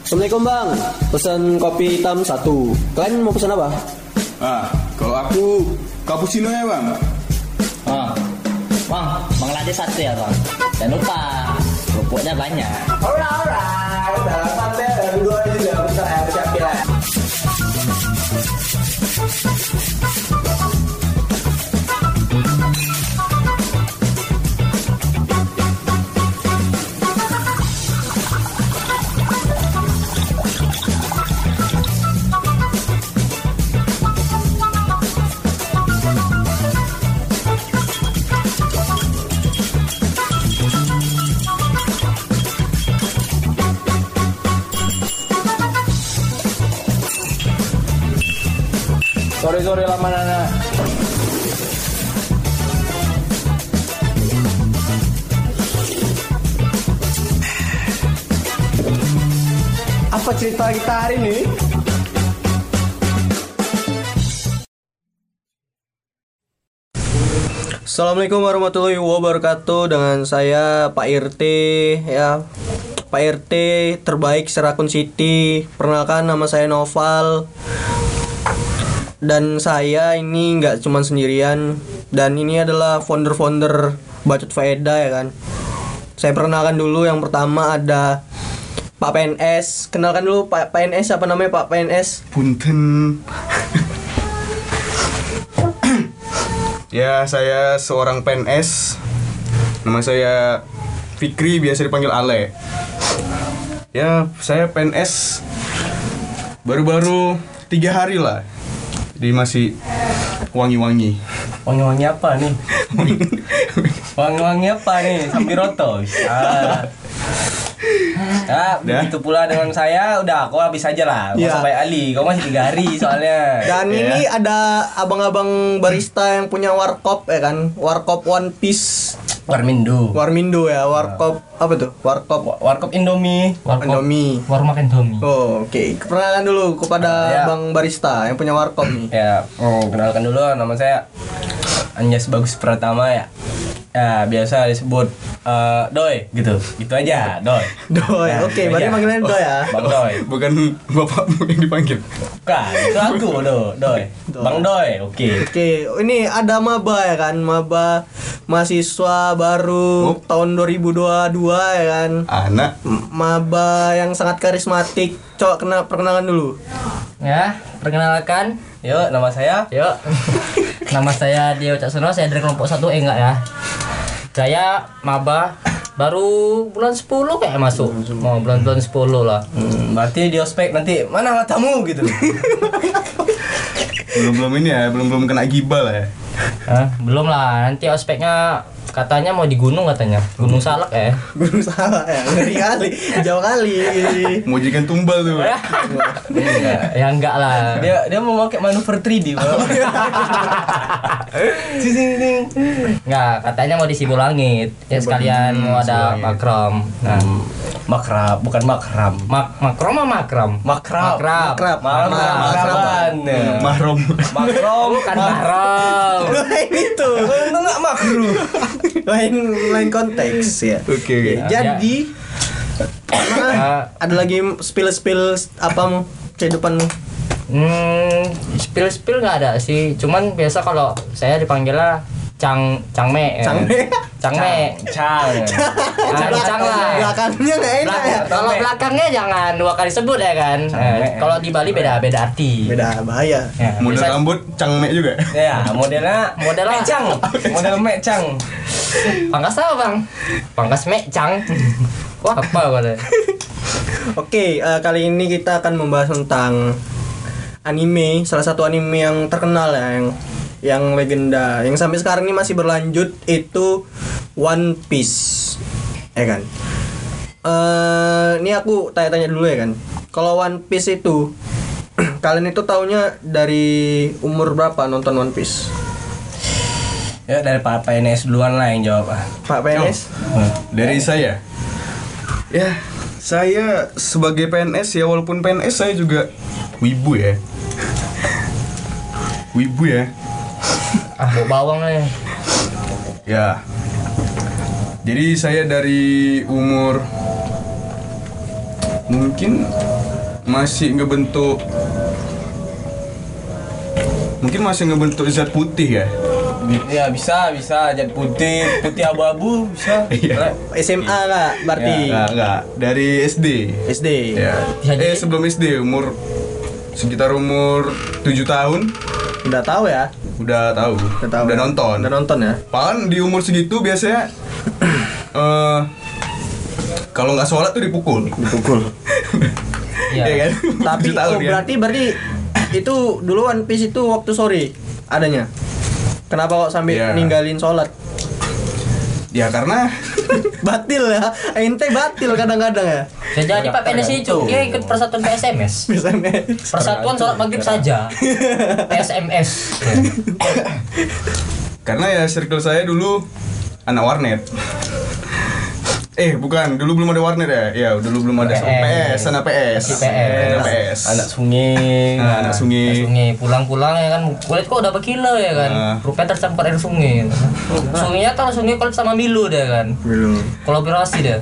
Assalamualaikum bang, pesan kopi hitam 1. Kalian mau pesan apa? Kalau aku cappuccino ya bang. Bang, bang latte 1 ya bang. Jangan lupa, kerupuknya banyak. Alright, udah sampai dua juga bentar ya, siapin lah. Sorry lama nana. Apa cerita kita hari ini? Assalamualaikum warahmatullahi wabarakatuh. Dengan saya Pak RT ya. Pak RT terbaik Serakun City. Perkenalkan, nama saya Noval. Dan saya ini nggak cuma sendirian, dan ini adalah founder Bacot Faedah ya kan. Saya perkenalkan dulu, yang pertama ada Pak PNS. Kenalkan dulu Pak PNS, apa namanya Pak PNS? Punten. Ya, saya seorang PNS. Nama saya Fikri, biasa dipanggil Ale. Ya, saya PNS baru-baru 3 hari lah. Jadi masih wangi-wangi. Wangi-wangi apa nih? Wangi-wangi apa nih? Sambiroto. Begitu pula dengan saya. Udah, kau habis aja lah. Kau sampai Ali. Kau masih 3 hari soalnya. Dan ini ada abang-abang barista yang punya warkop ya kan. Warkop One Piece. Warmindo ya, warkop apa tuh? Warkop Indomie. Indomie. Warung makan Indomie. Oh, oke. Perkenalkan dulu kepada Bang Barista yang punya warkop nih. Ya, kenalkan dulu, nama saya Anjas Bagus Pratama ya. Ya, biasa disebut Doi gitu. Gitu aja, Doi. Doi. Nah, Oke, berarti panggilannya Doi ya. Bang Doi. Bukan bapakmu yang dipanggil. Bukan, itu aku Doi. Bang Doi. Oke, ini ada maba ya kan, maba mahasiswa baru tahun 2022 ya kan. Anak Maba yang sangat karismatik. Coba perkenalan dulu. Ya, perkenalkan. Yuk, nama saya. Nama saya Dio Caksono, saya dari kelompok 1 enggak ya. Saya maba baru bulan 10 kayak masuk. Mau bulan 10 lah. Berarti di ospek nanti mana matamu gitu. belum ini ya, belum kena gibah lah ya. Belum lah, nanti ospeknya katanya mau di gunung katanya. Gunung Salak ya. Gunung Salak ya, ngeri kali, jauh kali. Mau jikan tumbal tuh. Ya enggak lah. Dia mau pakai manuver 3D. Enggak, katanya mau di Sibulangit. Ya sekalian mau ada makram. Nah, makrab bukan makram. Makram apa makram? Makrab. Mahrom Bukan mahram. Lain itu. Itu enggak makruh. lain konteks ya. Oke. Jadi ada lagi spill apa kehidupanmu? Spill nggak ada sih. Cuman biasa kalau saya dipanggilnya Cangme. Cang lah. Belakangnya nggak enak ya. Kalau belakangnya jangan 2 kali sebut ya kan. Kalau di Bali beda arti. Beda bahaya. Ya, Model rambut cangme juga. Ya, modelnya mecang. Model mecang. Pangkas apa, Bang? Pangkas mecang. Wah, apa boleh. Oke, kali ini kita akan membahas tentang anime, salah satu anime yang terkenal ya, yang legenda, yang sampai sekarang ini masih berlanjut, itu One Piece. Ya kan? Ini aku tanya-tanya dulu ya kan. Kalau One Piece itu kalian itu taunya dari umur berapa nonton One Piece? Ya dari Pak PNS duluan lah yang jawab. Pak PNS? Dari saya. Ya, saya sebagai PNS ya, walaupun PNS saya juga wibu ya. Bau bawang nih. Ya. Jadi saya dari umur Mungkin masih ngebentuk zat putih ya. Ya bisa jadi putih abu-abu bisa. Iya. SMA lah berarti. Enggak, dari SD. SD. Ya. Bisa jadi. Sebelum SD sekitar umur 7 tahun Udah tahu ya? udah tahu. Udah nonton. Udah nonton ya? Bahkan di umur segitu biasanya kalau nggak sholat tuh dipukul. Iya. Iya kan? Tapi 7 tahun ya. berarti itu dulu One Piece itu waktu sore adanya. Kenapa kok sampai Iya. ninggalin sholat? Ya karena Batil ya, ente batil kadang-kadang ya. Saya jadi Pak PNS itu, dia ikut persatuan PSMS. Persatuan sholat maghrib saja. PSMS. karena ya circle saya dulu anak warnet. Bukan, dulu belum ada warnet ya. Ya, dulu belum ada PS, anak PS. Anak PS. Anak sungai. Anak sungai. Sungai pulang-pulang ya kan, kulit kok udah berkilau ya kan. Rupanya tercampur air sungai. Sungainya kalau sungai kulit sama Milo dia kan. Belum. Kolaborasi dia.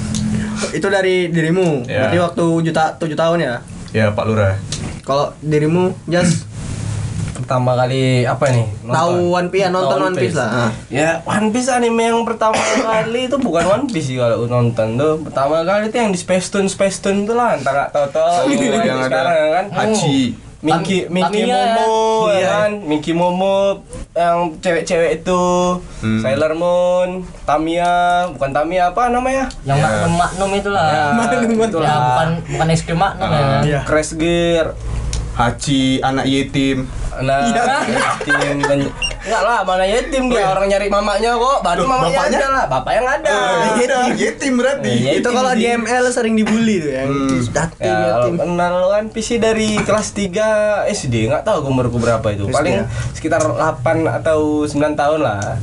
Itu dari dirimu. Ya. Berarti waktu 7 tahun ya. Ya, Pak Lurah. Kalau dirimu, Jas, Pertama kali apa nih? tahu One Piece, nonton One Piece lah. Ya, One Piece anime yang pertama kali itu bukan One Piece sih kalau nonton tuh. Pertama kali itu yang di Space Tune itu lah, entar enggak tahu-tahu yang sekarang ada kan. Hachi. Miki Tamiya, Momo iya. ya kan, Miki Momo yang cewek-cewek itu, Sailor Moon, Tamiya, bukan Tamiya apa namanya? Yang Ya. Magnum itulah. Itulah. Ya bukan es krim Magnum ya kan. Iya. Crash Gear. Hachi, anak yatim. Nah, yatim enggak lah, mana yatim dia orang nyari mamanya kok, baru mamanya bapaknya? ada lah, bapak yang ada. Yatim berarti. Iya. Itu kalau di ML sering dibully tuh yang yatim, Ya, kalau yatim. kenal kan PC dari kelas 3 SD, nggak tahu umurku berapa itu. SD Paling ya? sekitar 8 atau 9 tahun lah.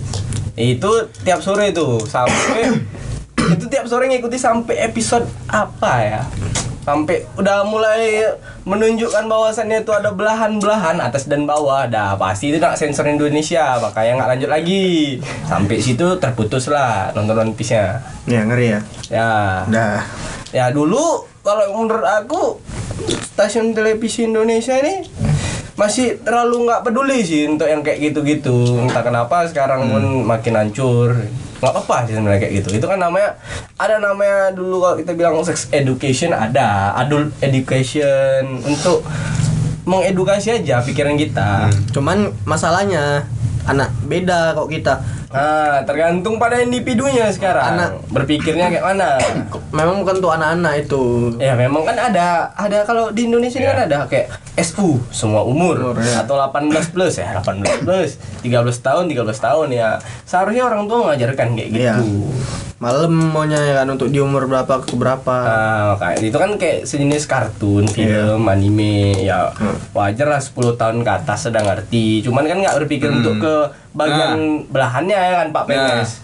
Itu tiap sore itu sampai itu tiap sore ngikuti sampai episode apa ya? Sampai udah mulai menunjukkan bahwasannya itu ada belahan-belahan atas dan bawah. Dah pasti itu nak sensor Indonesia, makanya nggak lanjut lagi. Sampai situ terputus lah nonton One Piece-nya. Ya ngeri ya. Ya. Dah. Ya dulu kalau menurut aku stasiun televisi Indonesia ini masih terlalu nggak peduli sih untuk yang kayak gitu-gitu. Entah kenapa sekarang pun makin hancur. Nggak apa-apa sih sebenarnya kayak gitu. Itu kan ada namanya dulu kalau kita bilang sex education, ada adult education untuk mengedukasi aja pikiran kita. Cuman masalahnya anak beda kok kita. Nah, tergantung pada individunya sekarang. Anak. Berpikirnya kayak mana? Memang bukan untuk anak-anak itu. Ya memang kan ada kalau di Indonesia ini kan ada kayak SU semua umur, ya. atau 18 plus ya 18 plus 13 tahun ya seharusnya orang tua mengajarkan kayak gitu. Iya. Malam maunya ya kan untuk di umur berapa ke berapa. Nah, kayak itu kan kayak sejenis kartun, film, anime ya wajar lah 10 tahun ke atas sudah ngerti. Cuman kan nggak berpikir untuk ke bagian belahannya ya kan Pak Nah, Penes.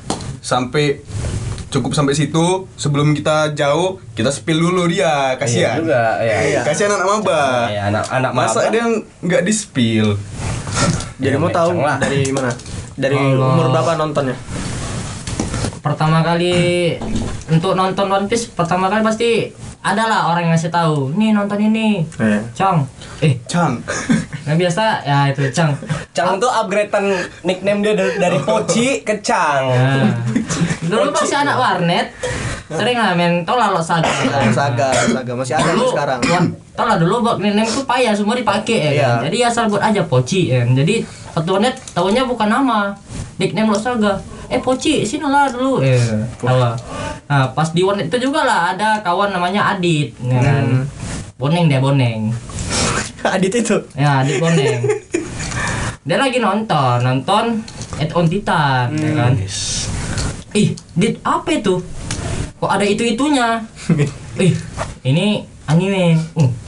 cukup sampai situ. Sebelum kita jauh, kita spill dulu dia. Iya Kasihan. juga ya. Kasihan anak maba. Ya, anak Masa maba. dia nggak di spill? Jadi mau tahu kencang lah. dari mana? Dari Kalau- umur berapa nontonnya? Pertama kali untuk nonton One Piece, pertama kali pasti adalah orang yang ngasih tahu, nih nonton ini, Iya. Cang. Cang. Yang biasa ya itu Cang. Cang tuh upgradean nickname dia dari Poci ke Cang. Nah, dulu masih anak warnet, sering lah main, tau lah lo saga. Saga masih ada Dulu, nih sekarang. tau lah dulu buat nickname tuh payah semua dipakai ya kan. Iya. Jadi asal buat aja Poci ya kan. Jadi satu warnet tahunya bukan nama, nickname lo saga. Poci, sini lah dulu. Tahu lah. Nah, pas di warnet itu juga lah ada kawan namanya Adit, ya kan. Boneng dia boneng. Adit itu. Ya, Adit boneng. Dia lagi nonton Attack on Titan, ya kan. Dit, apa itu? Kok ada itu-itunya? Ini anime.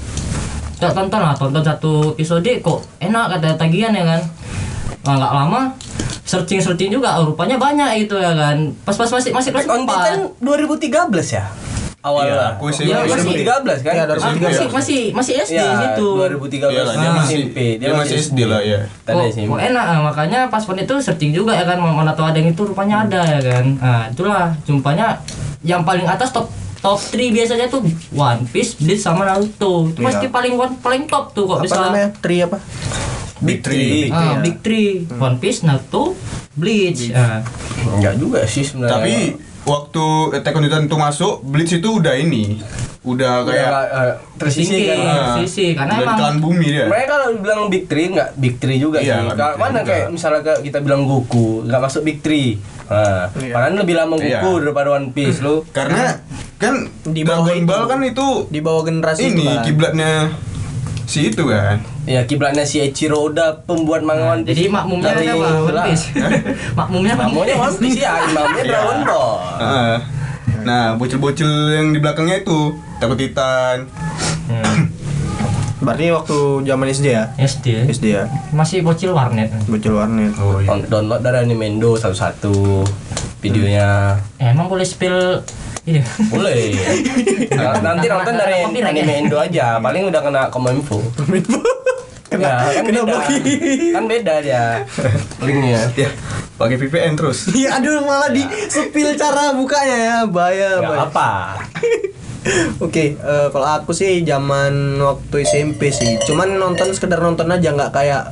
Tonton satu episode kok enak kata tagihan ya kan. Nggak lama searching juga rupanya banyak itu ya kan. Pas masih kelas Attack on Titan 4. 2013 ya? Awalnya. Iya, aku SMP. Iya, masih 2013 kan? Iya, 2013. Masih SD Iya, gitu. 2013. Iyalah, dia masih SMP. dia masih SD lah ya. Tadi Kok SMP. enak makanya pas pon itu searching juga ya kan, mana tahu ada yang itu rupanya ada ya kan. Nah itulah jumpanya yang paling atas top top 3 biasanya tuh One Piece, Bleach sama Naruto. Itu pasti paling top tuh kok Apa bisa. namanya? Tri apa? Big Three. Big 3. One Piece, Naruto, Bleach. Enggak juga sih sebenarnya. Tapi waktu Attack on Titan itu masuk, Bleach itu udah udah kayak tersisih kan. Tersisih karena udah emang ditelan bumi dia. Mereka kalau bilang Big Three nggak Big Three juga Iya, sih. nggak Kalau Big Three mana juga. kayak misalnya kita bilang Goku nggak masuk Big Three. Nah, padahal lebih lama Goku Iya. daripada One Piece lu. Karena kan Di bawah Dragon itu. Ball kan itu Di bawah generasi ini itu kan. kiblatnya si itu kan. Ya kiblatnya si Eiichiro Oda pembuat manga One Piece. jadi makmumnya Dari- siapa? One Piece. Makmumnya Makmumnya One Piece ya, imamnya Iya. Dragon Ball. Heeh. Nah, bocil-bocil yang di belakangnya itu takut Titan. Berarti waktu zaman SD ya? SD. SD ya. Masih bocil warnet. Bocil warnet. Oh iya. Download dari Animendo satu-satu videonya. Emang boleh spill ini. Boleh. Nanti nonton dari Animendo aja, paling udah kena Kominfo. Ya, kan beda. Kan beda dia linknya. Ya, pakai VPN terus. Iya, aduh malah di sepil cara bukanya ya, bahaya. Gak bahaya. apa. Oke, kalau aku sih zaman waktu SMP sih, cuman nonton sekedar nonton aja, nggak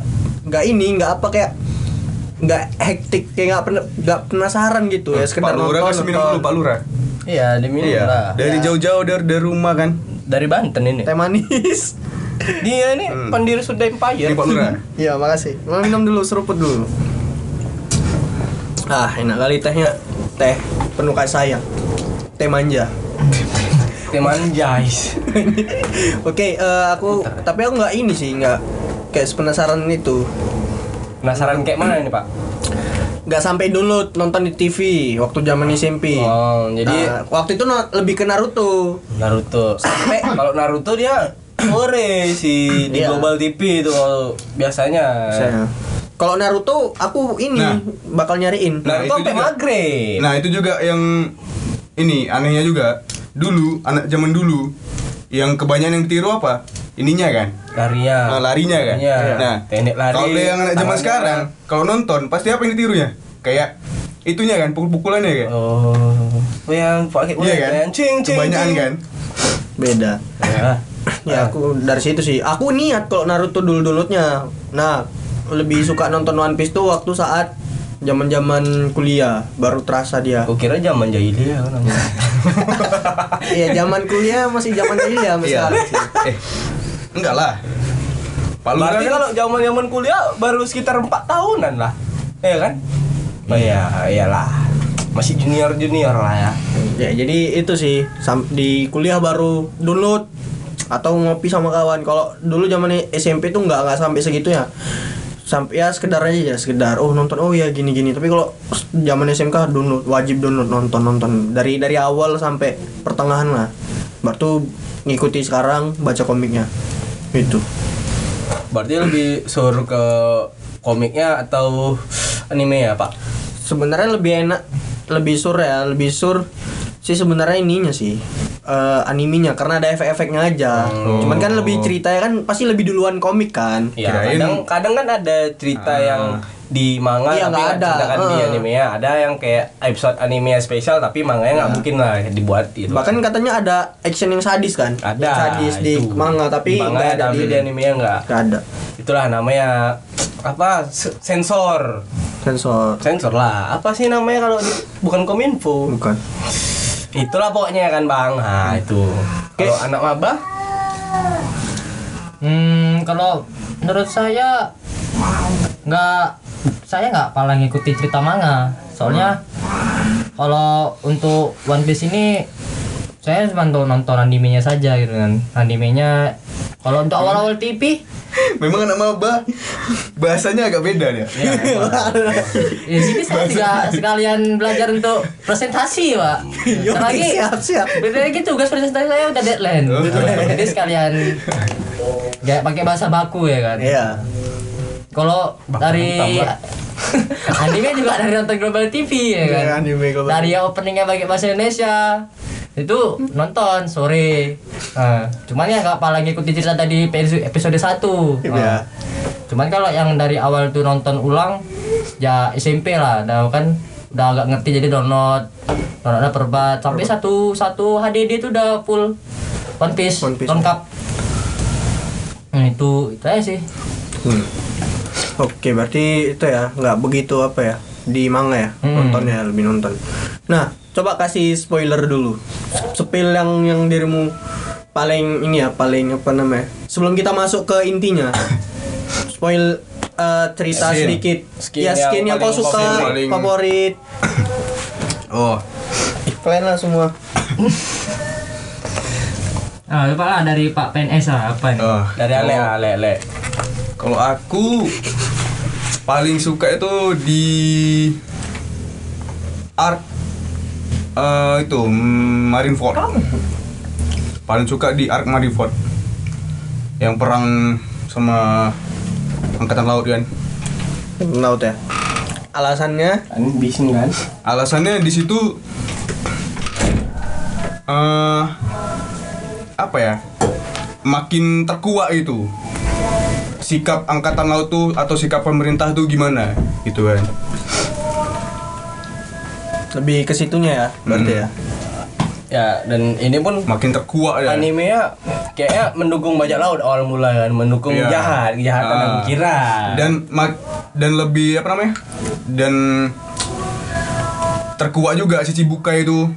hektik, kayak nggak penasaran gitu ya, sekedar Pak Lurah nonton. kan minum dulu Pak Lurah. Iya, diminum lah. Dari jauh-jauh dari rumah kan. Dari Banten ini. Teh manis. Dia ini pendiri Sunda Empire. Ini Pak Lurah. Iya, makasih. Mau minum dulu, seruput dulu. Ah, enak kali tehnya. Teh penuh kasih sayang. Teh manja. Teman guys. Oke, tapi aku nggak ini sih, nggak kayak penasaran itu. Penasaran kayak mana ini, Pak? Nggak sampai download nonton di TV waktu zaman SMP. Oh, jadi waktu itu lebih ke Naruto. Naruto. Sampai kalau Naruto dia sore sih di Iya. Global TV itu kalau biasanya. Kalau Naruto aku ini Nah. bakal nyariin. Nah, Naruto itu sampai juga. maghrib. Nah, itu juga yang ini anehnya juga. Dulu, anak zaman dulu yang kebanyakan yang ditiru apa? Ininya kan? Larinya kan? Iya. Nah, Teknik lari. kalau yang anak zaman tangannya. sekarang, kalau nonton pasti apa yang ditirunya? Kayak itunya kan, pukul-pukulannya kan? Oh, yang pakai Iya kan? yang cing cing. Kebanyakan cing. kan? Beda. Ya. Ya aku dari situ sih. Aku niat kalau Naruto dulu-dulunya. Nah, lebih suka nonton One Piece tuh waktu saat zaman-zaman kuliah, baru terasa dia. Aku kira zaman jahiliyah kan. Iya, zaman kuliah masih zaman jahiliyah masih Iya. sekarang sih. Enggak lah. Pak Lurah Berarti kan kalau zaman-zaman kuliah baru sekitar 4 tahunan lah. Iya kan? Oh iya, iyalah. Masih junior lah ya. Ya, jadi itu sih di kuliah baru download atau ngopi sama kawan. Kalau dulu zaman SMP tuh nggak sampai segitunya. Sampai ya sekedar aja ya, sekedar nonton ya gini-gini. Tapi kalau zaman SMK download, wajib download, nonton dari awal sampai pertengahan lah. Baru ngikuti sekarang baca komiknya. Itu. Berarti lebih sur ke komiknya atau anime ya, Pak? Sebenarnya lebih enak, lebih sur sih sebenarnya ininya sih. Animenya karena ada efek-efeknya aja. Cuman kan lebih ceritanya kan pasti lebih duluan komik kan. Ya, Kirain- kadang kan ada cerita yang di manga Iya, tapi nggak nggak ada. diceritakan di animenya. Ada yang kayak episode anime spesial tapi manganya nggak mungkin lah dibuat gitu. Bahkan katanya ada action yang sadis kan? ada Yang sadis di itu. manga tapi Di manga nggak ada tapi di animenya nggak. nggak ada Itulah namanya apa? Sensor. sensor. Lah. Apa sih namanya kalau bukan Kominfo? Bukan. Itulah pokoknya kan, Bang. Nah, itu. Kalau anak maba Kalau menurut saya nggak paling ngikuti cerita manga. Soalnya kalau untuk One Piece ini saya cuma nonton animenya saja gitu kan. Animenya kalau untuk awal-awal TV memang anak maba bahasanya agak beda dia. ya sini saya juga sekalian belajar untuk presentasi, Pak. Lagi siap. beda lagi tugas presentasi saya udah deadline. Jadi sekalian nggak pakai bahasa baku ya kan. Iya. Kalau dari anime juga dari nonton Global TV ya kan. Iya, anime Global Dari yang openingnya pakai bahasa Indonesia itu nonton sore. Nah, cuman ya nggak paling ngikutin cerita tadi episode 1. Iya. Cuman kalau yang dari awal tuh nonton ulang ya SMP lah, udah kan udah agak ngerti jadi download Kalau ada perbat sampai satu HDD itu udah full One Piece. Lengkap. Nah itu aja sih. Oke, berarti itu ya nggak begitu apa ya di manga ya nontonnya lebih nonton. Nah, coba kasih spoiler dulu. Spill yang dirimu paling ini ya, paling apa namanya? Sebelum kita masuk ke intinya, spoil cerita sedikit. Skin yang kau suka, favorit. Oh, Kalian lah semua. Coba lah dari Pak PNS lah apa ini? Dari Ale. kalau aku paling suka itu di arc itu Marineford. Paling suka di arc Marineford yang perang sama angkatan laut kan. Laut ya. Alasannya? Kan bising kan? Alasannya di situ apa ya? Makin terkuak itu. Sikap angkatan laut tuh atau sikap pemerintah tuh gimana gitu kan. Lebih ke situnya ya, berarti ya. Ya, dan ini pun Makin terkuak ya. animenya kayaknya mendukung bajak laut awal mula kan, mendukung Iya. kejahatan aku kira. Dan lebih apa namanya? Dan terkuak juga si Chibukai itu.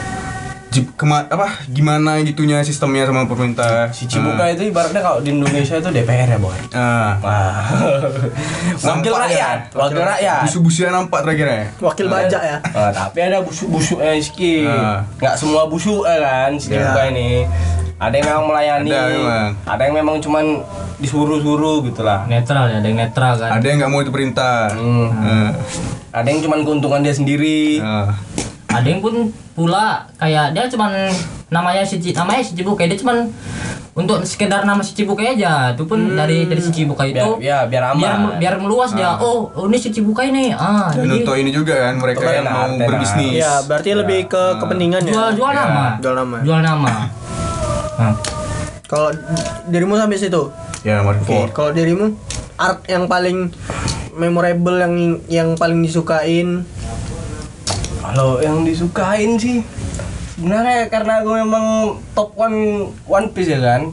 Gimana gitunya sistemnya sama pemerintah. Si Cibuka itu ibaratnya kalau di Indonesia itu DPR ya, Boy. Wah. Wakil rakyat. Busu-busunya nampak terakhirnya. Wakil bajak ya. Tapi ada busuk-busuknya sedikit. Nggak semua busuk kan si Cibuka ini. Ada yang memang melayani. Ada yang memang cuman disuruh-suruh gitu lah. Netral ya, ada yang netral kan. Ada yang nggak mau itu perintah. Ada yang cuman keuntungan dia sendiri. Ada yang pun pula kayak dia cuman namanya si Cibukai, dia cuman untuk sekedar nama si Cibukai aja. Itu pun dari si Cibukai itu biar aman. biar meluas dia. Oh, ini si Cibukai nih. Dan Jadi untuk ini juga kan mereka yang mau berbisnis. Iya, berarti lebih ke kepentingan ya. jual nama. Jual nama. Nah, Kalau dirimu sampai situ. Ya, Marineford. Kalau dirimu art yang paling memorable yang paling disukain. Kalau yang disukain sih sebenarnya karena gue memang top One Piece ya kan.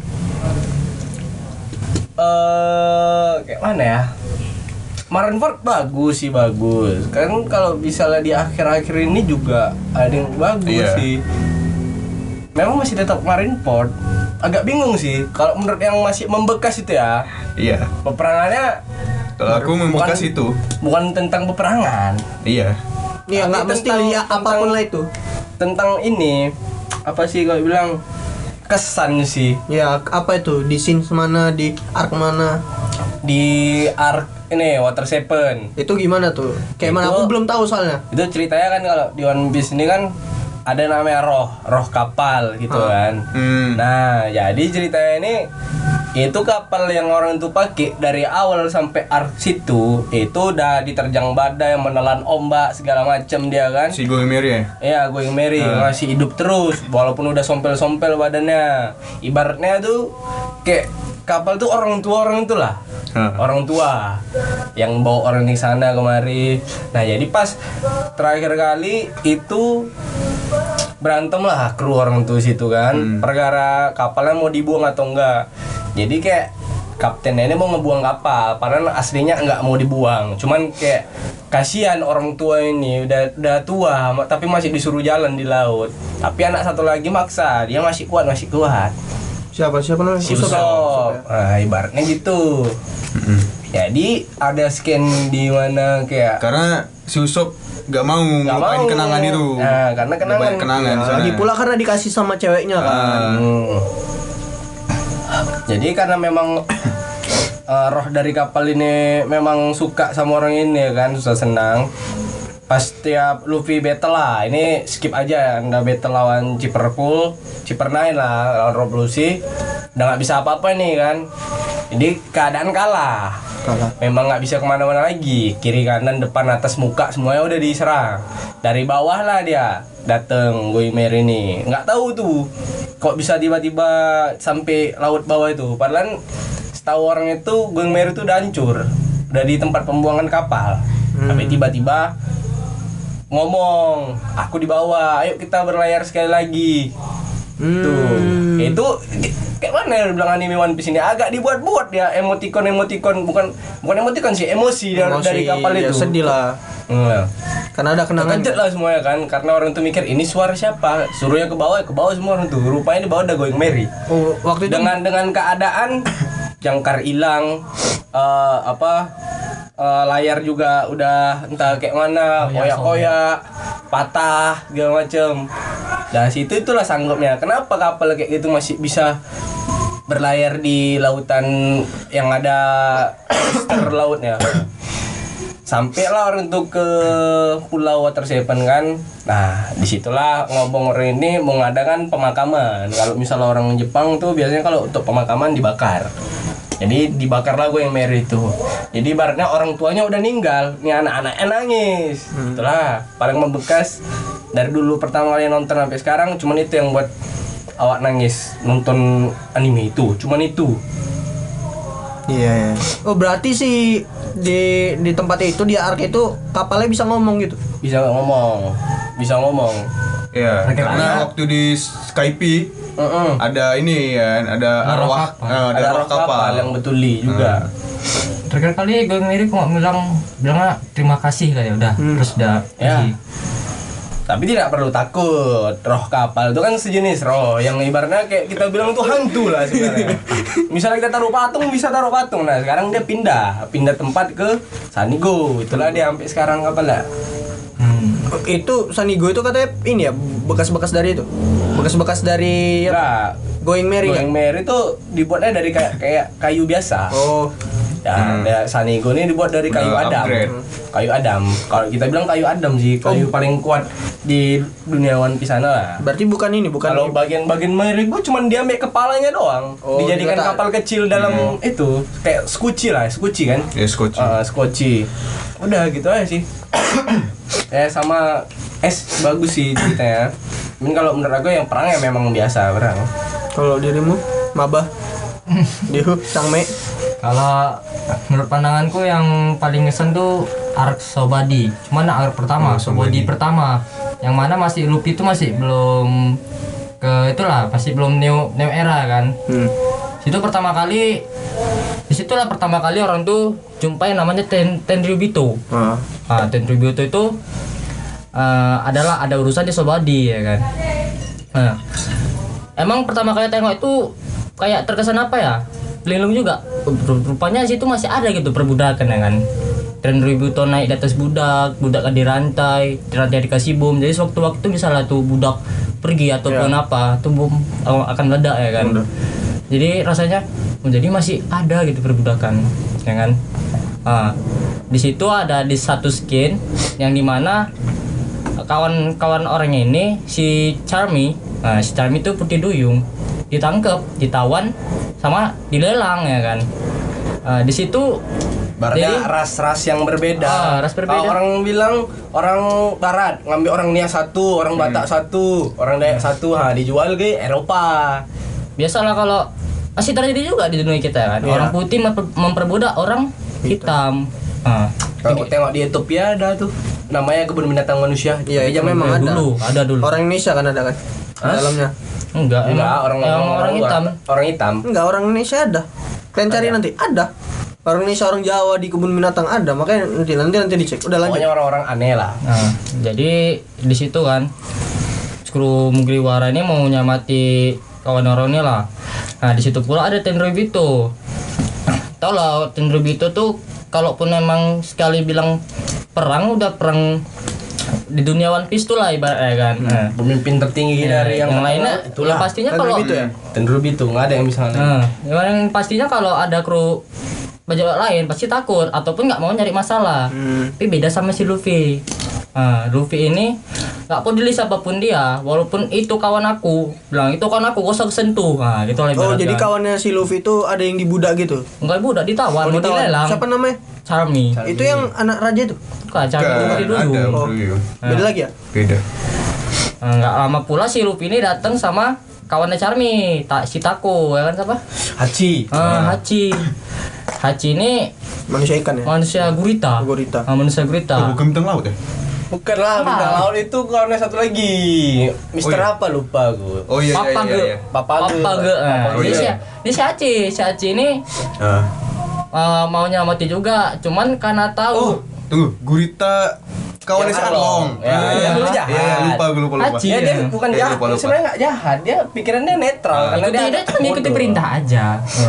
Kayak mana ya? Marineford bagus. Kan kalau misalnya di akhir-akhir ini juga ada yang bagus sih. Memang masih tetap Marineford. Agak bingung sih kalau menurut yang masih membekas itu ya. Iya. Peperangannya Kalau aku membekas itu. bukan tentang peperangan. Iya. Iya, nggak mesti lihat apapun lah itu. Tentang ini apa sih kalau bilang kesan sih Ya, apa itu? Di scene mana, di arc mana? di arc ini Water Seven. Itu gimana tuh? Kayak mana? Itu- Aku belum tahu soalnya. Itu ceritanya kan kalau di One Piece ini kan ada namanya roh kapal gitu kan. Nah, jadi ceritanya ini itu kapal yang orang itu pakai dari awal sampai arc situ itu udah diterjang badai, menelan ombak segala macem dia kan. Si Goemeri ya. Iya, Going Merry masih hidup terus walaupun udah sompel-sompel badannya. Ibaratnya tuh kayak kapal tuh orang itu lah. Orang tua yang bawa orang di sana kemari. Nah, jadi pas terakhir kali itu berantem lah kru orang tua situ kan. Perkara kapalnya mau dibuang atau enggak. Jadi kayak kaptennya ini mau ngebuang kapal, padahal aslinya nggak mau dibuang. Cuman kayak kasihan orang tua ini udah tua, tapi masih disuruh jalan di laut. Tapi anak satu lagi maksa, dia masih kuat. Siapa namanya? Si Usopp ya? Usopp. Nah, ibaratnya gitu. Jadi ada scan di mana kayak Karena si Usopp gak mau ngelupain kenangan itu. Nah, karena Ada banyak kenangan di sana. Lagi pula karena dikasih sama ceweknya kan. Jadi karena memang roh dari kapal ini memang suka sama orang ini kan, susah senang. Pas tiap Luffy battle lah, ini skip aja, anda battle lawan Chipper 9 lah, lawan Rob Lucy. Udah nggak bisa apa-apa nih kan. Jadi keadaan kalah. Memang nggak bisa kemana-mana lagi. Kiri kanan depan atas muka semuanya udah diserang. Dari bawah lah dia dateng Goimer ini. Nggak tahu tuh kok bisa tiba-tiba sampai laut bawah itu. Padahal setahu orang itu Goimer itu udah hancur, udah di tempat pembuangan kapal. Tapi tiba-tiba ngomong, aku di bawah, ayo kita berlayar sekali lagi. Tuh, itu kayak mana ya bilang anime One Piece ini agak dibuat-buat ya, emoticon bukan emoticon sih, emosi dari kapal ya, itu. sedih lah. Karena ada kenangan. Terkejut lah semuanya kan, karena orang tuh mikir ini suara siapa, suruhnya ke bawah semua orang tuh. Rupanya di bawah ada Going Merry. Oh, waktu itu Dengan keadaan jangkar hilang, layar juga udah entah kayak mana, koyak-koyak, patah segala macem. Dan itulah sanggupnya. Kenapa kapal kayak gitu masih bisa berlayar di lautan yang ada monster lautnya? Sampailah orang tuh ke Pulau Water Seven kan. Nah, disitulah ngomong orang ini mau ngadakan pemakaman. Kalau misalnya orang Jepang tuh biasanya kalau untuk pemakaman dibakar. Jadi dibakarlah Going Merry itu. Jadi ibaratnya orang tuanya udah ninggal, nih anak-anaknya nangis. Itulah paling membekas dari dulu pertama kali nonton sampai sekarang, cuman itu yang buat awak nangis nonton anime itu. Cuman itu. Iya. Oh, berarti sih di tempat itu, di arc itu kapalnya bisa ngomong gitu. Bisa ngomong. Ya, karena waktu di Skype ada ini ya, ada arwah kapal yang betuli juga. Terakhir kali Going Merry kok bilangnya terima kasih kan ya udah, terus udah Ya. pergi. Tapi tidak perlu takut, roh kapal itu kan sejenis roh yang ibaratnya kayak kita bilang itu hantu lah sebenarnya. Misalnya kita taruh patung, bisa taruh patung. Nah sekarang dia pindah tempat ke Sanigo. Itulah dia sampai sekarang kapal lah. Itu Sanigo itu katanya ini ya, bekas-bekas dari itu. Bekas-bekas dari Nah, Going Merry kan? Going Merry itu dibuatnya dari kayak kayu biasa. Oh, Ya, Sanigo ini dibuat dari kayu Adam. Upgrade. Kayu Adam. Kalau kita bilang kayu Adam sih, kayu paling kuat di dunia One Piece sana lah. berarti bukan Kalau bagian-bagian Merigo cuman dia ambil kepalanya doang. Oh, Dijadikan dikata- kapal kecil dalam itu, kayak Scoochie kan? Ya, Scotch. Scoochie. Udah gitu aja sih. Sama S bagus sih ceritanya. Mungkin kalau menurut aku yang perang ya memang biasa perang. kalau dirimu Mabah Dihu Changmei. Kalau menurut pandanganku yang paling ngesen tuh arc Sobadi. Cuman arc pertama, Sobadi pertama. Yang mana masih Luffy itu masih belum masih belum new era kan. Disitulah pertama kali orang tuh jumpai namanya Tenryubito. Nah, Tenryubito itu adalah ada urusan di Sobadi ya kan. Nah, emang pertama kali tengok itu kayak terkesan apa ya? Linglung juga. Rupanya situ masih ada gitu perbudakan ya kan. Tenryubito naik di atas budak dirantai dikasih bom. Jadi sewaktu-waktu misalnya tuh budak pergi ataupun apa, tuh bom akan meledak ya kan. Jadi rasanya jadi masih ada gitu perbudakan ya kan. Di situ ada di satu skin yang dimana kawan-kawan orangnya ini si Charmy itu putih duyung ditangkap, ditawan sama dilelang ya kan. Di situ Berarti ras-ras yang berbeda. ras berbeda. Kalau orang bilang orang barat ngambil orang Nia satu, orang Batak satu, orang Dayak satu, dijual ke Eropa. Biasalah kalau masih terjadi juga di dunia kita kan. Orang putih memperbudak orang hitam. Kalau tengok di Ethiopia ada tuh namanya kebun binatang manusia. Iya, Tapi itu zaman memang ada dulu. Orang Indonesia kan ada kan di dalamnya. Enggak, orang hitam. Orang hitam. Enggak, orang Indonesia ada. Kalian cari nanti ada. Orang Indonesia, orang Jawa di kebun binatang ada. Makanya nanti dicek. Udah lanjut. Pokoknya orang-orang aneh lah. Nah, jadi di situ kan kru Mugiwara ini mau nyamati kawan orangnya lah. Nah, di situ pula ada Tenryubito. Tahu lah Tenryubito tuh kalaupun memang sekali bilang perang udah perang di dunia One Piece tuh lah ibaratnya kan. Pemimpin tertinggi dari yang lainnya itulah. yang pastinya kalau Tenryubito nggak ada yang bisa ngalahin. yang pastinya kalau ada kru bajak lain pasti takut ataupun nggak mau nyari masalah. Tapi beda sama si Luffy. Luffy ini nggak peduli siapapun dia, walaupun itu kawan aku, bilang itu kawan aku, gak usah kesentuh. Nah, gitu lah. Oh, jadi kawannya si Luffy itu ada yang dibudak gitu. Enggak budak ditawan, mau ditawan. dilelang. Siapa namanya? Charmy. Itu yang anak raja itu. Kak, Charmy itu dari dulu. Ada, Oh. Beda lagi ya? Beda. Nggak lama pula si Luffy ini datang sama kawannya Charmy, si Tako, ya kan siapa? Hachi. Hachi ini Manusia ikan ya? manusia gurita. Gurita. Manusia gurita. Bukan bintang laut ya? Bukan lah, bintang laut itu kawannya satu lagi. Mister iya. apa lupa gue. Oh iya Papa iya Ge. iya. Papa Ge. Oh, Ini iya. si Aci ini mau nyelamatin juga, cuman karena Oh, tahu tunggu, Gurita kawannya si Yang Arlong. Ya, yang dulu jahat. Iya, lupa gue lupa. Haji. Ya dia bukan Iya, jahat, lupa. sebenarnya nggak jahat, dia pikirannya netral karena dia cuma ngikuti bodoh. perintah aja.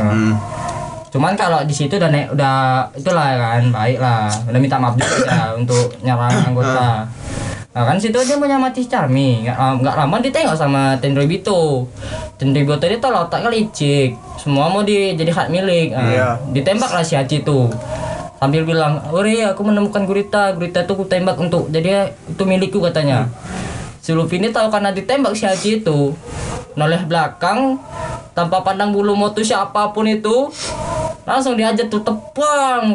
Cuman kalau di situ udah itulah kan, baik lah. Udah minta maaf juga ya untuk nyerang anggota. Nah kan situ dia mau nyamati Charmy, nggak lama ditengok sama Tenryubito. Tenryubito dia tahu otaknya licik, semua mau jadi hak milik. Iya. Ditembak lah si Hachi itu. Sambil bilang, "Ore, aku menemukan Gurita tuh aku tembak untuk jadi itu milikku," katanya. Si Luffy ini tahu karena ditembak si Hachi itu, noleh belakang tanpa pandang bulu motu siapapun itu, langsung diajar tuh tepang.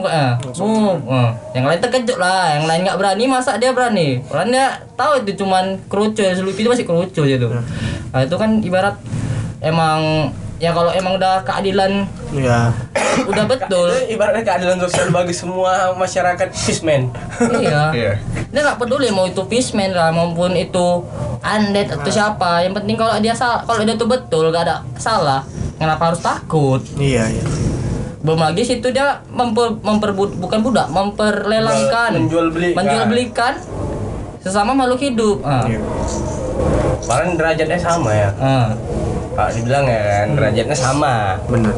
Yang lain terkejut lah, yang lain nggak berani, masa dia berani? Karena dia tahu itu cuman kerucu, si Luffy itu masih kerucu gitu. Nah itu kan ibarat emang ya kalau emang udah keadilan Iya. udah betul. Itu ibaratnya keadilan sosial bagi semua masyarakat fishman. Iya. Iya. Dia nggak peduli mau itu fishman lah maupun itu undead atau siapa. Yang penting kalau dia tuh betul gak ada salah, kenapa harus takut? Iya, iya. Belum lagi situ dia bukan budak, memperlelangkan, Menjual belikan sesama makhluk hidup. Iya. Kemarin derajatnya sama ya. Pak dibilang ya kan, derajatnya sama. Benar.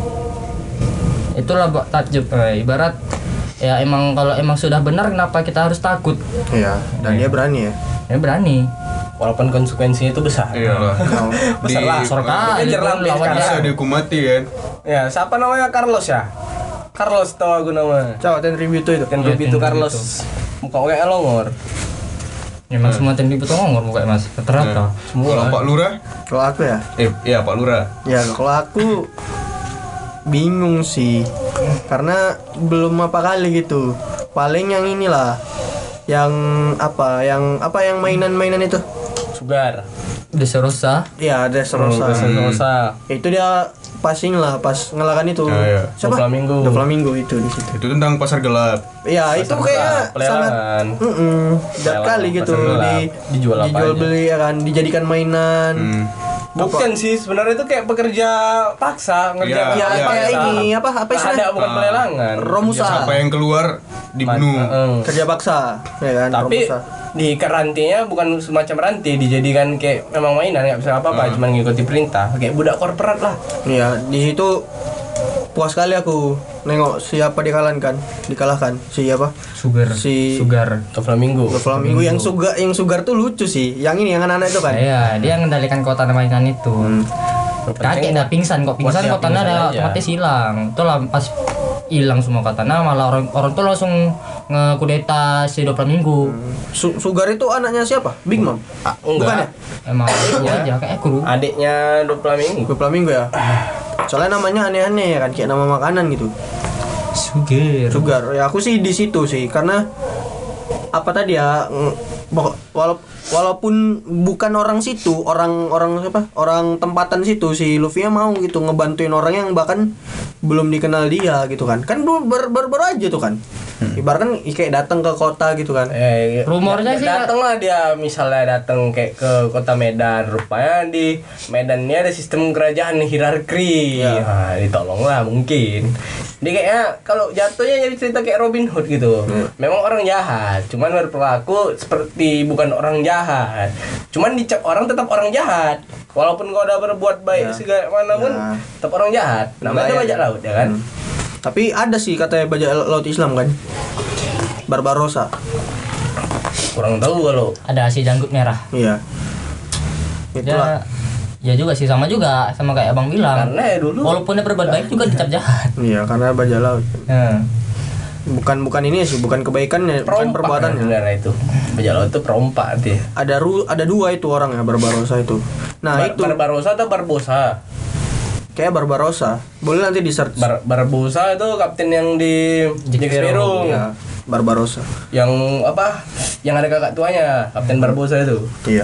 Itulah takjub. Ibarat ya emang kalau emang sudah benar kenapa kita harus takut? Iya, dan dia berani ya. Ya berani. Walaupun konsekuensinya itu besar. Iya lah. Besar lah. Sorka, Dia lawan jerang dia dia. Bisa dihukum mati kan. Ya, siapa namanya? Carlos ya? Carlos tahu aku nama. Coba Tenryubito itu. Kan Ruby itu Carlos. Muka kayak longor. Emang semua tim itu ngomong bukan Mas? Rata-rata. Kalau Pak Lurah? Kalau aku ya, Iya Pak Lurah. ya kalau aku bingung sih. Karena belum apa kali gitu. Paling yang inilah. Yang yang mainan-mainan itu. Sugar. Deserosa. Iya, Dressrosa. Rosa. Itu dia passing lah pas ngelakan itu. Iya. Siapa? Doflamingo. Doflamingo itu di situ. Itu tentang pasar gelap. Iya, itu kayak sangat Pelelangan. Dap kali gitu pasar gelap. Dijual apa aja. beli ya kan, dijadikan mainan. Bukan sih, sebenarnya itu kayak pekerja paksa ngerjain Iya, Ya iya, kayak paksa. ini apa Ada istilahnya? bukan pelelangan. Romusa. Siapa yang keluar dibunuh. Kerja paksa, ya kan? Tapi Romusa. di rantinya bukan semacam rantai, dijadikan kayak memang mainan, nggak bisa apa-apa, cuma ngikuti perintah, kayak budak korporat lah. Iya, di situ puas kali aku nengok siapa dikalahkan siapa Sugar. Si- Sugar. Ke Flamingo. Flamingo yang sugar tuh lucu sih, yang ini yang anak-anak itu kan. Iya, dia mengendalikan kota mainan itu. Kakek udah pingsan kok, pingsan Buat dia kotanya pingsan ada aja. otomatis hilang. Itulah pas hilang semua katana malah orang tuh langsung ngekudeta si Doflamingo. Sugar itu anaknya siapa? Big Mom. Bukan ya? Emang itu aja kayak kru. Adiknya Doflamingo. Flamingo ya. Soalnya namanya aneh-aneh ya kan, kayak nama makanan gitu. Sugar. Ya aku sih di situ sih karena apa tadi ya walaupun bukan orang situ, orang siapa? Orang tempatan situ si Luffy mau gitu ngebantuin orang yang bahkan belum dikenal dia gitu kan. Kan baru aja tuh kan. Ibaratkan kayak datang ke kota gitu kan. Rumornya sih datang lah dia, misalnya datang kayak ke kota Medan, rupanya di Medan ini ada sistem kerajaan hierarki. Nah, ditolong lah mungkin. Dia kayaknya kalau jatuhnya jadi cerita kayak Robin Hood gitu. Memang orang jahat, cuman berperilaku seperti bukan orang jahat. Cuman dicap orang tetap orang jahat. Walaupun kau udah berbuat baik segala mana pun tetap orang jahat. Namanya itu bajak laut ya kan. Tapi ada sih katanya bajak laut Islam kan. Barbarossa. Kurang tahu kalau ada si janggut merah. Iya. Itulah. Ya juga sih sama kayak Abang bilang. karena ya dulu Walaupun dia berbuat baik juga dicap jahat. Iya, karena bajak laut. Ya. Bukan ini sih, bukan kebaikannya, bukan perompak perbuatannya. sebenarnya itu. Bajak laut itu perompak dia. Ada dua itu orang ya, Barbarossa itu. Nah, itu Barbarossa atau Barbosa? kayak Barbarossa. Boleh nanti di search. Barbosa itu kapten yang di Jack Sparrow. Iya, Barbarossa. Yang apa? Yang ada kakak tuanya, Kapten Barbosa itu. Iya.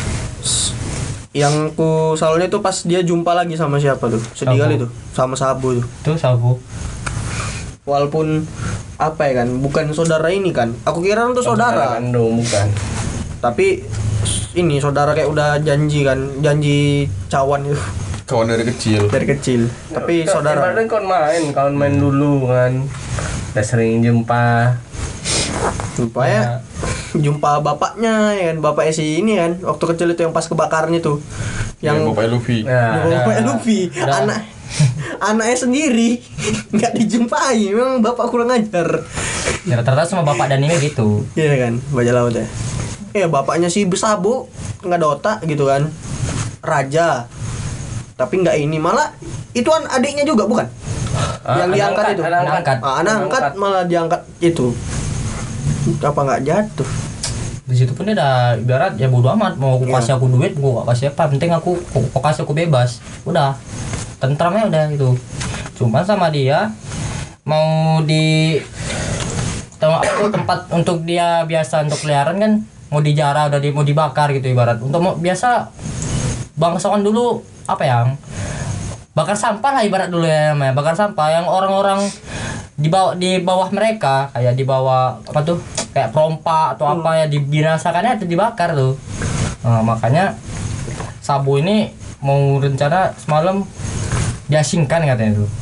Yang ku salahnya tuh pas dia jumpa lagi sama siapa tuh? Sedih Sabu. kali tuh, sama Sabu tuh. Itu sabu. Walaupun apa ya kan? Bukan saudara ini kan? Aku kira itu saudara. Kandung bukan. Tapi ini saudara kayak udah janji kan, janji cawan itu Kawan dari kecil. dari kecil. Tapi saudara. Ibaratnya kawan main dulu kan. Udah sering jumpa. Supaya jumpa bapaknya ya kan, bapaknya si ini kan, waktu kecil itu yang pas kebakaran itu. Yang Yang Bapak Luffy. Nah, bapaknya Luffy, anaknya sendiri nggak dijumpai, memang bapak kurang ajar. Ya, rata-rata sama bapak dan ini gitu. Iya kan, bajak laut ya. Bapaknya si Besabo nggak ada otak gitu kan, raja. Tapi nggak ini, malah itu adiknya juga bukan? Yang diangkat itu. anak angkat. Anak angkat malah diangkat itu. Apa nggak jatuh? Di situ pun dia udah ibarat ya bodo amat, mau aku kasih aku duit, gua gak kasih apa, penting aku kasih aku bebas. Udah. Tentramnya udah itu. Cuma sama dia mau di tempat untuk dia biasa untuk keliaran kan mau dijarah mau dibakar gitu ibarat. Untuk mau biasa bangsawan dulu apa yang bakar sampah lah ibarat dulu ya namanya, bakar sampah yang orang-orang di bawah mereka kayak di bawah apa tuh kayak perompak atau apa ya dibinasakannya atau dibakar tuh. Nah, makanya Sabo ini mau rencana semalam diasingkan katanya tuh.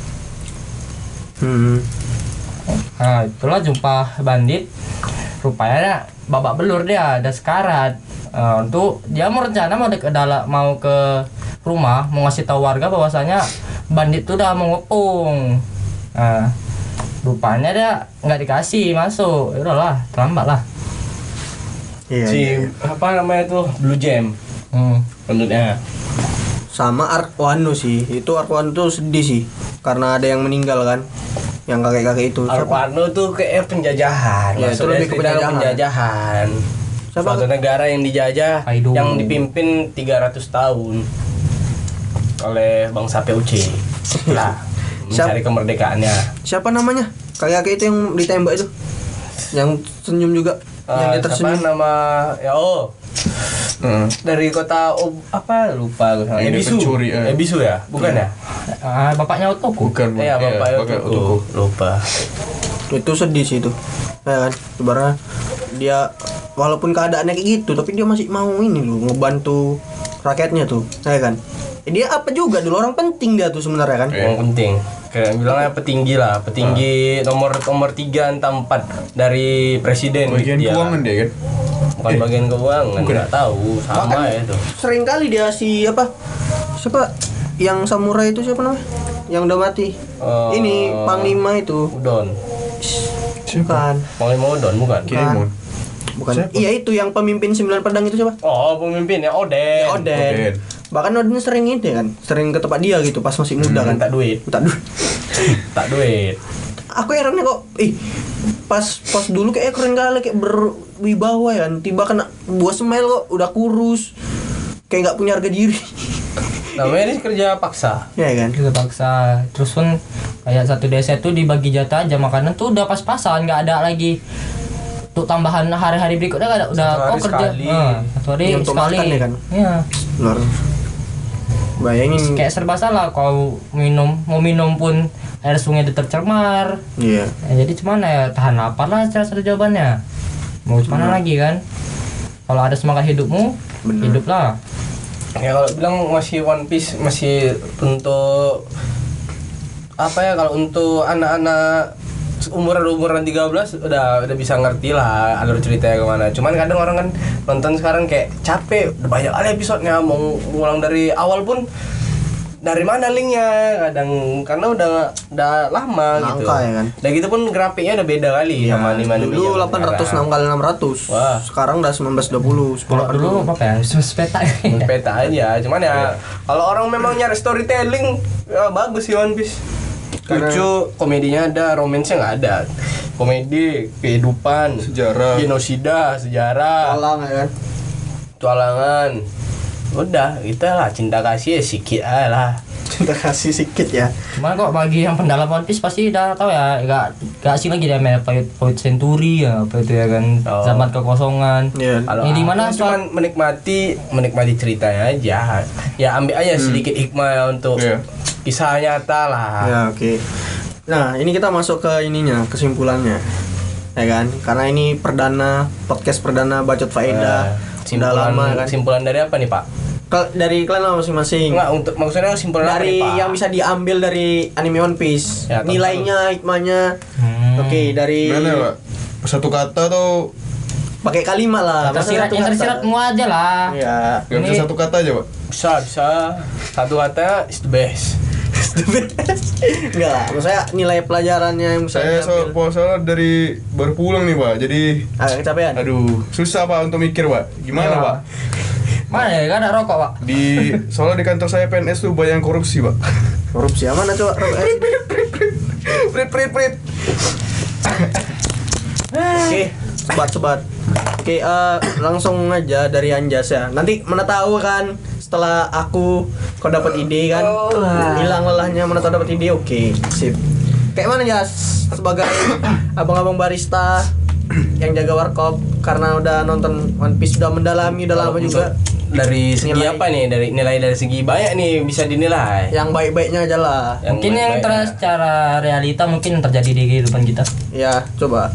Nah, itulah jumpa bandit. Rupanya babak belur dia ada sekarat. Untuk dia mau rencana mau ke rumah mau ngasih tahu warga bahwasanya bandit tuh udah mau ngepung. Nah, rupanya dia nggak dikasih masuk. Ya udahlah, terlambat lah. Iya. apa namanya tuh Blue Jam. Penduduknya. Sama Arkwano sih, itu Arkwano tuh sedih sih karena ada yang meninggal kan, yang kakek-kakek itu. Arkwano tuh kayak penjajahan. Ya, itu Maksudnya lebih ke cerita penjajahan. Siapa? Suatu negara yang dijajah Kaido. yang dipimpin 300 tahun oleh bangsa POC setelah mencari kemerdekaannya. Siapa namanya? Kakek-kakek itu yang ditembak itu, yang senyum juga, yang dia Siapa tersenyum. nama ya dari kota apa lupa gue. Ini Ebisu. pencuri, Ebisu ya? Bukan ya? Bapaknya Otoko. Bukan. Iya, Bapak Otoko. Otoko. Lupa. Itu sedih sih itu, ya kan? Sebenarnya dia walaupun keadaannya kayak gitu, tapi dia masih mau ini loh ngebantu rakyatnya tuh, ya kan? Dia apa juga dulu orang penting dia tuh sebenarnya kan? Yang penting. Kayak bilangnya petinggi lah, petinggi nomor 3 entah 4 dari presiden. Bagian dia. keuangan dia kan. Bukan bagian keuangan, nggak tahu sama ya itu. Sering kali dia siapa yang samurai itu siapa namanya? Yang udah mati. Ini panglima itu. Udon. Bukan. Panglima Udon bukan? Kirimon. Bukan. Siapa? Iya itu yang pemimpin 9 pedang itu siapa? Oh, pemimpinnya Oden. Oden. Bahkan Oden sering ini kan, sering ke tempat dia gitu pas masih muda kan. Minta duit. Minta duit. Tak duit. Aku herannya kok, pas dulu kayak keren kali kayak berwibawa ya, tiba kena buah semel kok udah kurus, kayak nggak punya harga diri. Namanya ini kerja paksa. Ya kan? Kita paksa. Terus pun kayak satu desa itu dibagi jatah aja makanan tuh udah pas-pasan, nggak ada lagi untuk tambahan hari-hari berikutnya nggak ada, udah Satu hari kerja sekali. satu hari Untuk sekali makan ya kan? Iya. Luar. Bayangin. Kayak serba salah kalau mau minum pun air sungai itu tercemar. Iya. Ya, jadi cuman ya tahan lapar lah cara jawabannya. Mau gimana lagi kan? Kalau ada semangat hidupmu, Bener. hiduplah. Ya kalau bilang masih One Piece masih untuk apa ya, kalau untuk anak-anak umuran 13 udah bisa ngerti lah alur ceritanya kemana. Cuman kadang orang kan nonton sekarang kayak capek, udah banyak kali episodenya, mau ngulang dari awal pun dari mana linknya kadang, karena udah lama gitu. Langka ya kan? Dan gitu pun grafiknya udah beda kali sama anime-anime Dulu yang 806 kali 600. Wah. Sekarang udah 1920. Kalau dulu apa ya? Sepeta. peta aja, cuman ya kalau orang memang nyari storytelling ya bagus sih One Piece. Lucu, komedinya ada, romansnya nggak ada. Komedi, kehidupan, Sejarah. genosida, sejarah, Alang ya kan? tualangan. Udah, gitu lah, cinta kasih ya sikit aja lah. Kita kasih sedikit ya. Cuman kok bagi yang pendalam One Piece pasti udah tahu ya, gak asing lagi dia main Point Century ya, apa itu ya kan, Oh. zaman kekosongan. Iya. Kalau Ini di mana aku cuman menikmati ceritanya aja. Ya ambil aja sedikit hikmah ya untuk Iya. kisah nyata lah. Ya oke. Nah, ini kita masuk ke ininya, kesimpulannya. Ya kan? Karena ini podcast perdana Bacot Faedah. Udah lama kan. Kesimpulan dari apa nih, Pak? Dari kalian masing-masing. Enggak, untuk maksudnya kesimpulan apa Dari nih, Pak? yang bisa diambil dari anime One Piece. Ya, Nilainya, hikmahnya. Oke, dari Gimana ya, Pak? Satu kata atau pakai kalimat lah. Masa Tersirat satu yang kata? tersirat semua aja lah. Iya. nggak bisa Ini- satu kata aja, Pak? Bisa. Satu kata is the best. Enggak lah, maksudnya nilai pelajarannya yang bisa Saya soalnya dari baru pulang nih, Pak. Jadi agak kecapean. aduh, susah Pak untuk mikir, Pak. Gimana, Ya. Pak? Mana ya? Kan ada rokok, Pak. Soalnya di kantor saya PNS tuh banyak yang korupsi, Pak. Korupsi mana coba? Prit. Oke, sobat. Oke, langsung aja dari Anjas ya. Nanti mana tahu kan setelah kau dapat ide kan, hilang lelahnya, mana tahu dapat ide. Oke, sip. Kayak mana Jas sebagai abang-abang barista yang jaga warkop karena udah nonton One Piece, udah mendalami udah lama juga. Dari segi Nilai. apa nih? Dari nilai dari segi banyak nih bisa dinilai. Yang baik-baiknya aja lah. Mungkin yang baik-baiknya. secara realita mungkin terjadi di kehidupan kita. Ya, coba.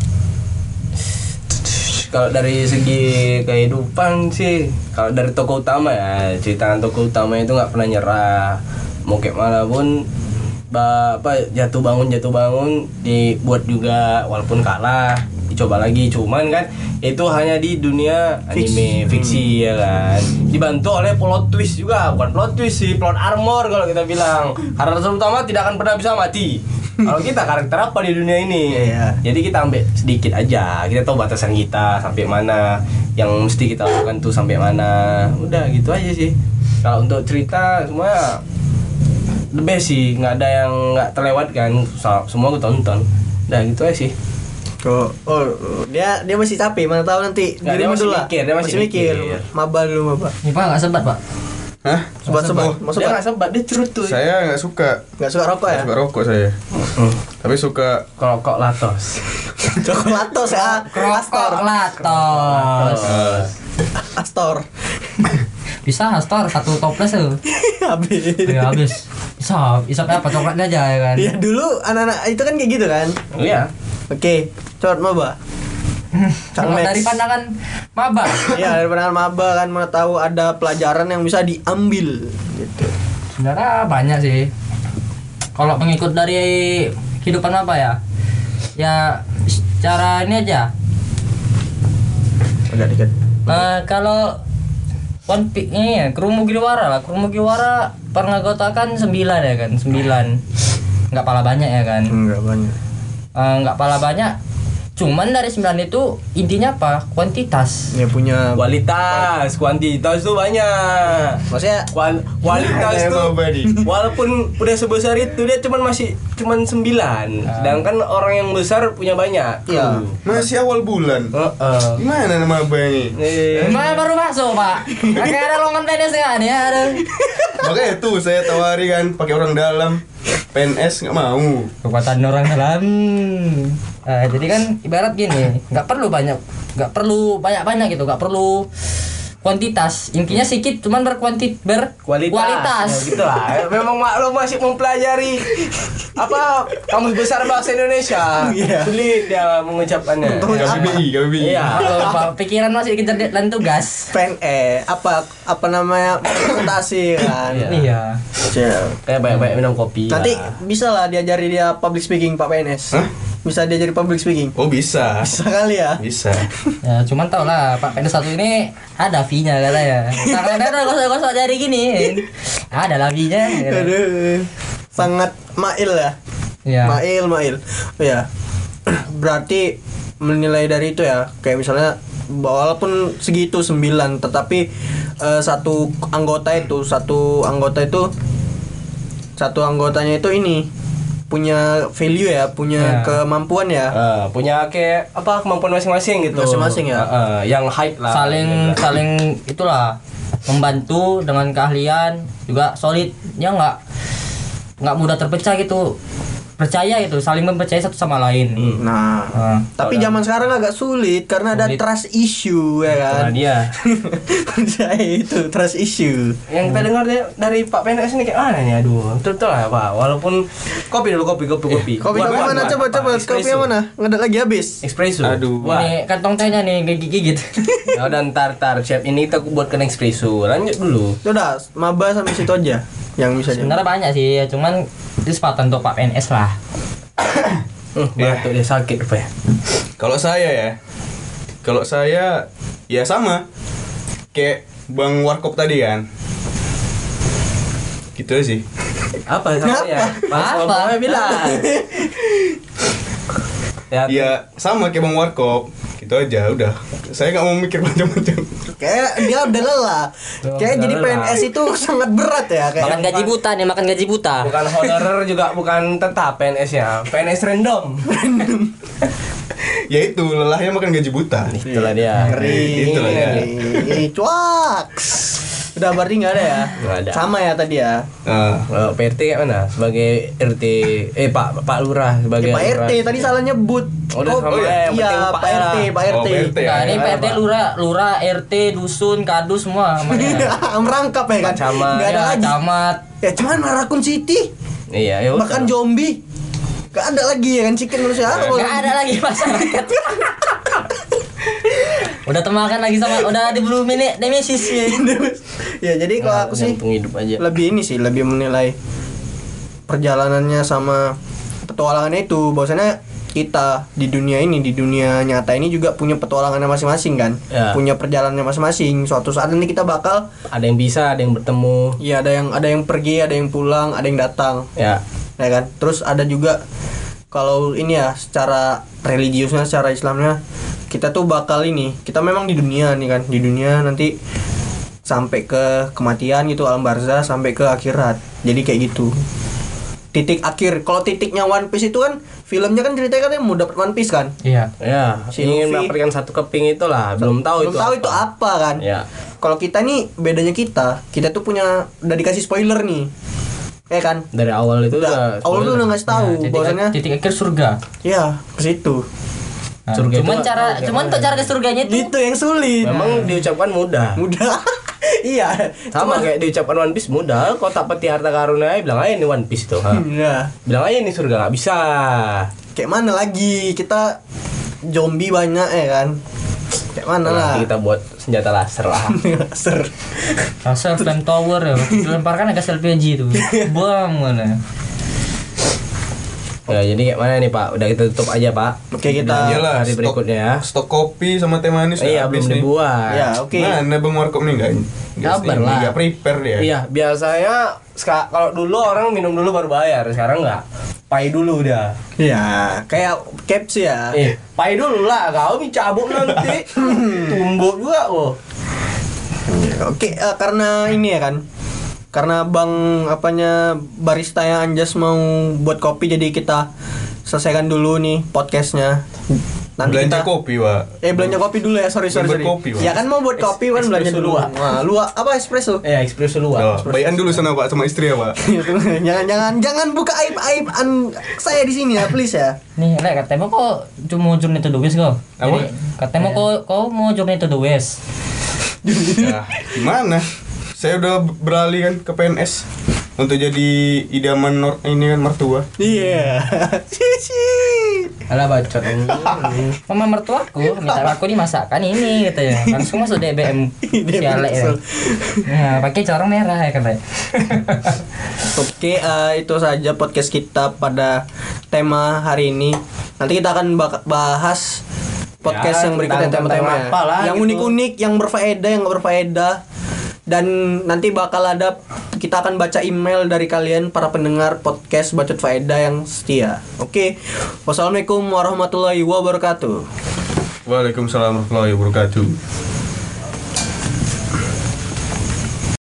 Kalau dari segi kehidupan sih, kalau dari tokoh utama ya, cerita tokoh utama itu nggak pernah nyerah. Mau kayak mana pun, jatuh bangun dibuat juga, walaupun kalah dicoba lagi. Cuman kan itu hanya di dunia anime fiksi ya kan. Dibantu oleh plot twist juga, bukan plot twist sih, plot armor kalau kita bilang. Karakter utama tidak akan pernah bisa mati. Kalau kita karakter apa di dunia ini? Iya. Jadi kita ambil sedikit aja. Kita tahu batasan kita sampai mana, yang mesti kita lakukan tuh sampai mana. Udah gitu aja sih. Kalau untuk cerita semua the best sih, nggak ada yang nggak terlewatkan. Semua aku tonton. Udah gitu aja sih. Dia masih capek, mana tahu nanti Nggak, dia dirimu masih dulu lah. mikir, dia masih mikir. Maba dulu, maba. Ini Pak nggak sebat, Pak. Hah? Sobat, Oh, mau Dia sobat. nggak sempat, dia cerutu. saya nggak suka. Nggak suka rokok ya? Nggak suka rokok saya. Tapi suka Kalau kok latos. Coklatos ya. Astor. Latos. Astor. Bisa Astor satu toples tuh. Habis. Ya habis. Isap apa coklatnya aja ya kan. Ya dulu anak-anak itu kan kayak gitu kan. Iya. Oke, coba maba. Cang Kalau Max. dari pandangan maba. Iya, dari pandangan maba kan mana tahu ada pelajaran yang bisa diambil gitu. Sebenarnya banyak sih. Kalau mengikut dari kehidupan apa ya? Ya secara ini aja. Agak dikit. Kalau One Piece ini ya, Kurumugiwara lah. Kurumugiwara penganggotakan 9 ya kan, 9. Nggak pala banyak ya kan. Enggak banyak. Nggak pala banyak. Cuman dari 9 itu intinya apa? Kuantitas. Dia punya Kuantitas tuh banyak. maksudnya Kualitas Ada tuh apa nih? walaupun udah sebesar itu dia cuman 9. Sedangkan orang yang besar punya banyak. Iya. Masih awal bulan. Gimana nama abang ini? Mana baru masuk, Pak? Kayak ada lowongan PNS nggak nih? Ada. Makanya tuh saya tawari kan pakai orang dalam. PNS nggak mau. Kekuatan orang dalam. Jadi kan ibarat gini, nggak perlu banyak gitu, nggak perlu kuantitas. Intinya sedikit, cuman berkualitas. Ya, gitu lah. Memang maklum masih mempelajari apa kamus besar bahasa Indonesia. Iya. Sulit dia mengucapkannya. KBBI. Iya. Kalau pikiran masih dikejar dan tugas. apa namanya presentasi kan. Iya. Kayak banyak-banyak minum kopi. Nanti lah. bisa lah diajari dia public speaking Pak PNS. Hah? Bisa diajari public speaking. Oh bisa. Bisa kali ya. Bisa. Ya, cuman tau lah Pak PNS 1 ini ada fee-nya katanya. Tangannya udah gosok-gosok jari gini. Ada lah fee-nya. Gitu. Aduh. Sangat mail ya. Iya. Mail. Oh ya. Berarti menilai dari itu ya, kayak misalnya walaupun segitu 9 tetapi satu anggotanya itu ini punya value ya, punya Ya. kemampuan ya. Punya kayak apa kemampuan masing-masing gitu. Masing-masing ya. Yang hype lah. Saling itulah membantu dengan keahlian juga solid. Ya nggak mudah terpecah gitu. percaya itu, saling mempercayai satu sama lain. Nah, tapi zaman sekarang agak sulit karena ada Sulit. trust issue ya kan. Nah, dia. Percaya itu trust issue. Yang kita dengar dari Pak PNS ini kayak mana nih? Aduh, betul lah Pak. Walaupun kopi dulu, kopi. Kopi mana? Coba kopi yang mana? Nggak ada lagi habis. Espresso. Aduh. Wah. Ini kantong tehnya nih gigit-gigit. Ya udah ntar chef ini kita buatkan espresso. Lanjut dulu. Udah, maba sampai situ aja yang bisa dia. Sebenarnya banyak sih, cuman itu kesempatan untuk Pak PNS lah. Batuk dia sakit apa ya? Kalau saya ya sama kayak Bang Warkop tadi kan. Gitu aja sih. Apa sama ya? Pas Apa? ngomongnya bilang. Ya sama kayak Bang Warkop. Gitu aja udah. Saya nggak mau mikir macam-macam. Kayak dia udah lelah. Kayak jadi PNS itu sangat berat ya kayak. Makan gaji buta nih, makan gaji buta. Bukan honorer juga bukan tetap PNS-nya. PNS random. Ya itu lelahnya makan gaji buta. Itulah dia. Ngeri. Itulah ya. Cuaks. Udah berarti nggak ada ya? Nggak ada. Sama ya tadi ya. Pak RT kayak mana? Sebagai RT Pak Lurah sebagai Pak RT lurah. tadi salah nyebut. Oh, udah sama Iya, ya, yang penting Pak Pak ya. RT, Pak Oh, RT. Pak RT. Nah, ini Ya, Pak RT, Pak. lurah, RT, dusun, kadus semua. Merangkap ya kan? Camat. Nggak ada lagi. Camat. Ya cuman Marakun City. Iya, ya udah. Makan zombie. Gak ada lagi ya kan chicken manusia. Nggak ada lagi masyarakat. Udah termakan lagi sama, udah diburu nemesis ya. Ya jadi kalau aku sih Gantung hidup aja. lebih ini sih, lebih menilai perjalanannya sama petualangannya itu. Bahwasanya kita di dunia ini, di dunia nyata ini juga punya petualangannya masing-masing kan. Ya. Punya perjalanannya masing-masing. Suatu saat nanti kita bakal Ada yang bisa, ada yang bertemu. ya ada yang pergi, ada yang pulang, ada yang datang. Ya. Ya kan? Terus ada juga kalau ini ya secara religiusnya, secara Islamnya kita tuh bakal ini, kita memang di dunia nih kan, di dunia nanti sampai ke kematian gitu, alam barzah sampai ke akhirat. Jadi kayak gitu. Titik akhir. Kalau titiknya One Piece itu kan filmnya kan ceritanya kan mau dapat One Piece kan. Iya. Ya, Si ingin Luffy. mendapatkan satu keping itulah, belum tahu itu apa kan. Ya. Kalau kita nih bedanya kita tuh punya udah dikasih spoiler nih. Ya kan? Dari awal itu udah Awal tuh udah ngasih tahu bahwasanya titik akhir surga. ya ke situ. Nah, Surga cuman itu cara, kayak cuman untuk cara ke surganya itu Itu yang sulit. memang diucapkan mudah. Mudah. Iya. Sama kayak diucapkan One Piece mudah. Kau tak peti harta karuna, bilang aja ini One Piece tuh. Iya. Bilang aja ini surga nggak bisa. Kayak mana lagi? Kita zombie banyak ya kan? Kayak mana lah? Nanti kita buat senjata laser lah. Laser. laser flame tower ya. Dilemparkan ke LPG itu. Bom mana. Ya, jadi kayak mana nih Pak? Udah kita tutup aja Pak. Oke, kita Iyalah, hari berikutnya ya. Stok kopi sama teh manis Iya, habis belum nih. dibuat. ya, oke. Mana Bang Warkop nih enggak? Sabar lah. Enggak prepare dia. Iya, biasanya kalau dulu orang minum dulu baru bayar, sekarang enggak. Pai dulu dah. Ya, kayak caps ya. Pai dulu lah, kau cabut nanti. Tumbuk juga kok. Oke, karena ini ya kan. Karena Bang barista yang Anjas mau buat kopi, jadi kita selesaikan dulu nih podcastnya. Nanti Belanja kita kopi, Pak. belanja kopi dulu ya, sorry. Buat kopi, Pak. Ya kan mau buat kopi kan belanja espresso dulu. luwak. Wah, luwak apa espresso? Espresso luar. Oh, bayan dulu sana Pak sama istri ya Pak. jangan buka aib saya di sini ya, please ya. Nih, Rek, katanya kok cuma journey to the west kok. Apa? Jadi, katanya kau mau journey to the west. Ya, gimana? Saya udah beralih kan ke PNS untuk jadi idaman ini kan mertua. Iya. Alah bacot. Mama mertuaku minta aku dimasakkan ini gitu ya. Langsung masuk DBM sialek ya. Nah, pakai corong merah ya katanya. Oke, itu saja podcast kita pada tema hari ini. Nanti kita akan bahas podcast Ya, yang berikutnya tentang tema-tema apa lah yang gitu. unik-unik, yang berfaedah, yang nggak berfaedah. Dan nanti bakal ada, kita akan baca email dari kalian para pendengar podcast Bacot Faedah yang setia. Oke. Wassalamualaikum warahmatullahi wabarakatuh. Waalaikumsalam warahmatullahi wabarakatuh.